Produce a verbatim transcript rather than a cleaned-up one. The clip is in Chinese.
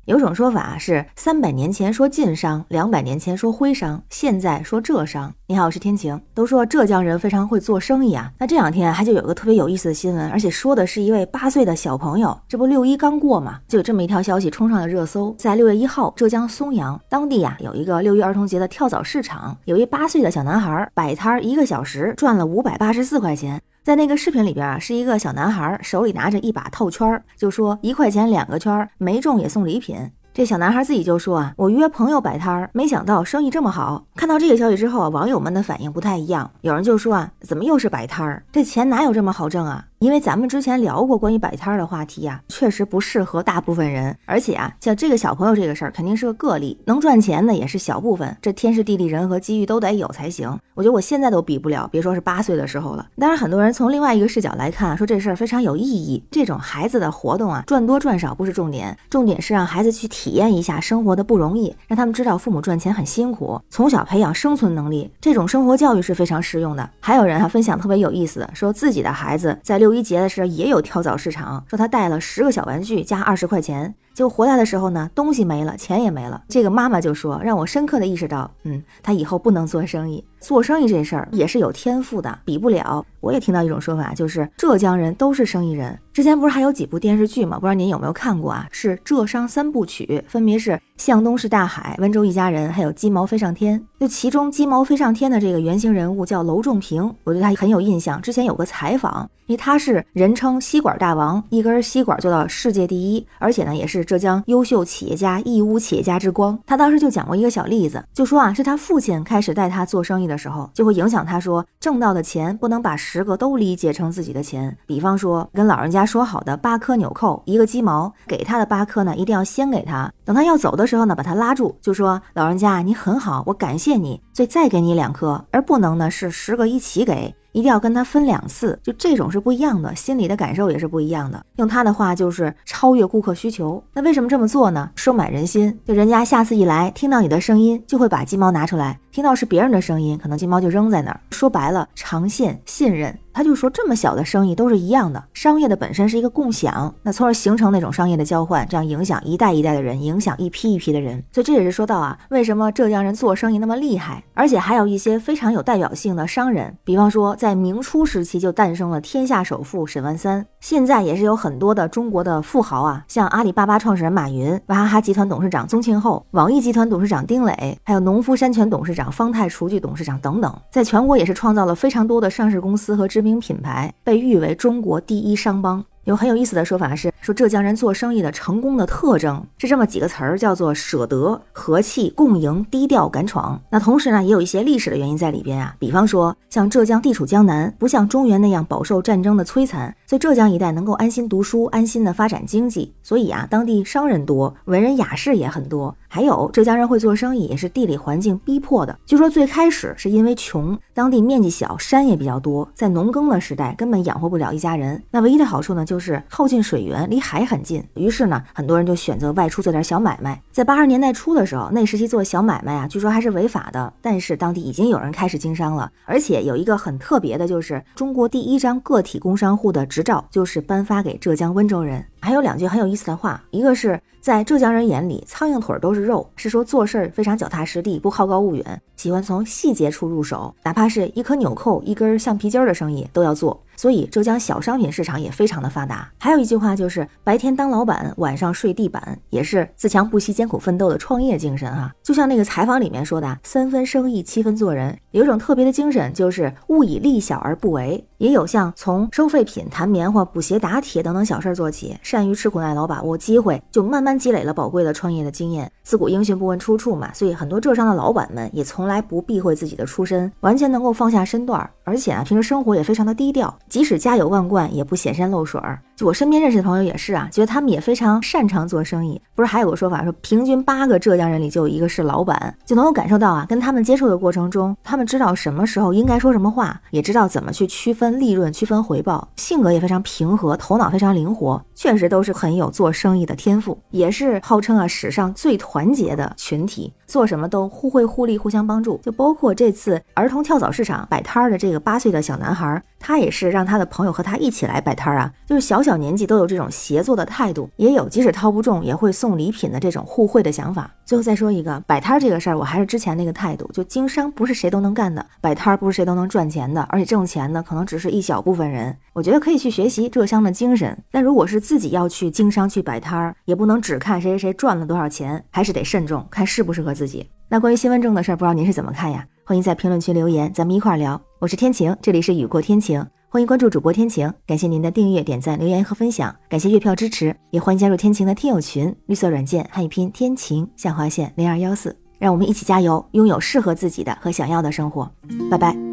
有种说法是三百年前说晋商，两百年前说徽商，现在说浙商。你好，我是天晴。都说浙江人非常会做生意啊，那这两天还就有个特别有意思的新闻，而且说的是一位八岁的小朋友。这不六一刚过嘛，就有这么一条消息冲上了热搜。在六月一号，浙江松阳当地啊有一个六一儿童节的跳蚤市场，有一八岁的小男孩摆摊一个小时赚了五百八十四块钱。在那个视频里边啊，是一个小男孩手里拿着一把套圈，就说一块钱两个圈，没中也送礼品。这小男孩自己就说啊，我约朋友摆摊，没想到生意这么好。看到这个消息之后啊，网友们的反应不太一样。有人就说啊，怎么又是摆摊？这钱哪有这么好挣啊？因为咱们之前聊过关于摆摊的话题啊，确实不适合大部分人。而且啊，像这个小朋友这个事儿肯定是个个例，能赚钱的也是小部分。这天时地利人和机遇都得有才行。我觉得我现在都比不了，别说是八岁的时候了。当然，很多人从另外一个视角来看，说这事儿非常有意义。这种孩子的活动啊，赚多赚少不是重点，重点是让孩子去体验一下生活的不容易，让他们知道父母赚钱很辛苦，从小培养生存能力。这种生活教育是非常实用的。还有人啊分享特别有意思的，说自己的孩子在六一节的时候也有跳蚤市场，说他带了十个小玩具加二十块钱，结果回来的时候呢，东西没了，钱也没了。这个妈妈就说，让我深刻的意识到，嗯，他以后不能做生意。做生意这事儿也是有天赋的，比不了。我也听到一种说法，就是浙江人都是生意人。之前不是还有几部电视剧吗？不知道您有没有看过啊？是浙商三部曲，分别是向东是大海、温州一家人，还有鸡毛飞上天。就其中鸡毛飞上天的这个原型人物叫娄仲平，我对他很有印象。之前有个采访，因为他是人称吸管大王，一根吸管做到世界第一，而且呢也是浙江优秀企业家、义乌企业家之光。他当时就讲过一个小例子，就说啊，是他父亲开始带他做生意的时候，就会影响他说，挣到的钱不能把十个都理解成自己的钱。比方说跟老人家说好的八颗纽扣一个鸡毛，给他的八颗呢一定要先给他，等他要走的时候呢把他拉住，就说老人家你很好，我感谢你，所以再给你两颗，而不能呢是十个一起给，一定要跟他分两次。就这种是不一样的，心里的感受也是不一样的。用他的话就是超越顾客需求。那为什么这么做呢？收买人心，就人家下次一来听到你的声音就会把鸡毛拿出来，听到是别人的声音可能鸡毛就扔在那儿。说白了，长线信任。他就说这么小的生意都是一样的，商业的本身是一个共享，那从而形成那种商业的交换，这样影响一代一代的人，影响一批一批的人。所以这也是说到啊，为什么浙江人做生意那么厉害。而且还有一些非常有代表性的商人，比方说在明初时期就诞生了天下首富沈万三，现在也是有很多的中国的富豪啊，像阿里巴巴创始人马云、娃哈哈集团董事长宗庆后、网易集团董事长丁磊，还有农夫山泉董事长、方太厨具董事长等等，在全国也是创造了非常多的上市公司和知名品牌，被誉为中国第一商帮。有很有意思的说法是，说浙江人做生意的成功的特征是这么几个词儿，叫做舍得、和气、共赢、低调、敢闯。那同时呢，也有一些历史的原因在里边啊。比方说，像浙江地处江南，不像中原那样饱受战争的摧残，所以浙江一带能够安心读书，安心的发展经济。所以啊，当地商人多，文人雅士也很多。还有浙江人会做生意，也是地理环境逼迫的。据说最开始是因为穷，当地面积小，山也比较多，在农耕的时代根本养活不了一家人。那唯一的好处呢，就是靠近水源，离海很近。于是呢，很多人就选择外出做点小买卖。在八十年代初的时候，那时期做小买卖啊，据说还是违法的，但是当地已经有人开始经商了。而且有一个很特别的，就是中国第一张个体工商户的执照就是颁发给浙江温州人。还有两句很有意思的话，一个是在浙江人眼里，苍蝇腿都是肉，是说做事非常脚踏实地，不好高骛远，喜欢从细节处入手，哪怕是一颗纽扣、一根橡皮筋的生意都要做。所以浙江小商品市场也非常的发达。还有一句话就是白天当老板，晚上睡地板，也是自强不息、艰苦奋斗的创业精神哈。就像那个采访里面说的，三分生意，七分做人，有一种特别的精神，就是勿以利小而不为。也有像从收废品、弹棉花、补鞋、打铁等等小事做起，善于吃苦耐劳，把握机会，就慢慢积累了宝贵的创业的经验。自古英雄不问出处嘛，所以很多浙商的老板们也从来不避讳自己的出身，完全能够放下身段，而且啊，平时生活也非常的低调，即使家有万贯，也不显山露水。就我身边认识的朋友也是啊，觉得他们也非常擅长做生意。不是还有个说法说，平均八个浙江人里就有一个是老板，就能够感受到啊，跟他们接触的过程中，他们知道什么时候应该说什么话，也知道怎么去区分利润、区分回报，性格也非常平和，头脑非常灵活，确实都是很有做生意的天赋，也是号称啊史上最团结的群体，做什么都互惠互利、互相帮助。就包括这次儿童跳蚤市场摆摊的这个八岁的小男孩， 他也是让他的朋友和他一起来摆摊啊，就是小小年纪都有这种协作的态度，也有即使掏不中也会送礼品的这种互惠的想法。最后再说一个摆摊这个事儿，我还是之前那个态度，就经商不是谁都能干的，摆摊不是谁都能赚钱的，而且这种钱呢可能只是一小部分人。我觉得可以去学习浙商的精神，但如果是自己要去经商去摆摊，也不能只看谁谁谁赚了多少钱，还是得慎重，看适不适合自己。那关于新闻证的事儿，不知道您是怎么看呀？欢迎在评论区留言，咱们一块儿聊。我是天晴，这里是雨过天晴，欢迎关注主播天晴，感谢您的订阅、点赞、留言和分享，感谢月票支持，也欢迎加入天晴的听友群，绿色软件汉语拼天晴下划线零二幺四，让我们一起加油，拥有适合自己的和想要的生活。拜拜。